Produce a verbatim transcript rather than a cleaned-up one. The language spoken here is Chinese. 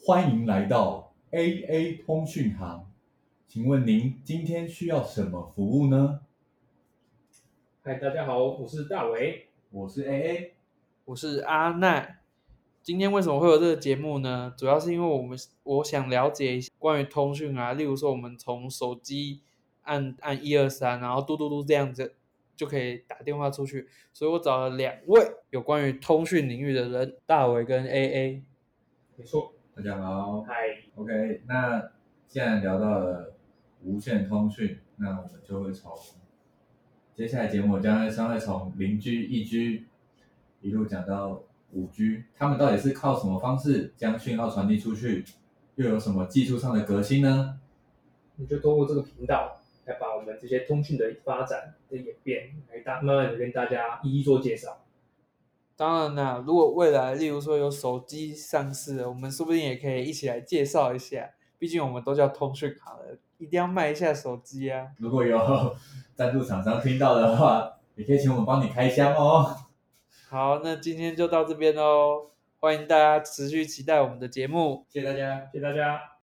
欢迎来到 A A 通讯行，请问您今天需要什么服务呢？ 嗨，大家好，我是大伟， 我是 A A， 我是阿奈。今天为什么会有这个节目呢？主要是因为我们我想了解一下关于通讯啊，例如说我们从手机按按一二三，然后嘟嘟嘟这样子就可以打电话出去，所以我找了两位有关于通讯领域的人，大伟跟 A A。 没错， 大家好。 嗨， OK，那既然聊到了无线通讯，那我们就会从接下来节目将会将会从零 G、一 G 一路讲到五 G， 他们到底是靠什么方式将讯号传递出去，又有什么技术上的革新呢？ 你就通过这个频道来把我们这些通讯的发展的演变，来大慢慢的跟大家一一做介绍。 当然啦，如果未来例如说有手机上市了，我们说不定也可以一起来介绍一下，毕竟我们都叫通讯行了，一定要卖一下手机啊。 如果有赞助厂商听到的话，也可以请我们帮你开箱哦。 好，那今天就到这边喽，欢迎大家持续期待我们的节目， 谢谢大家。 谢谢大家。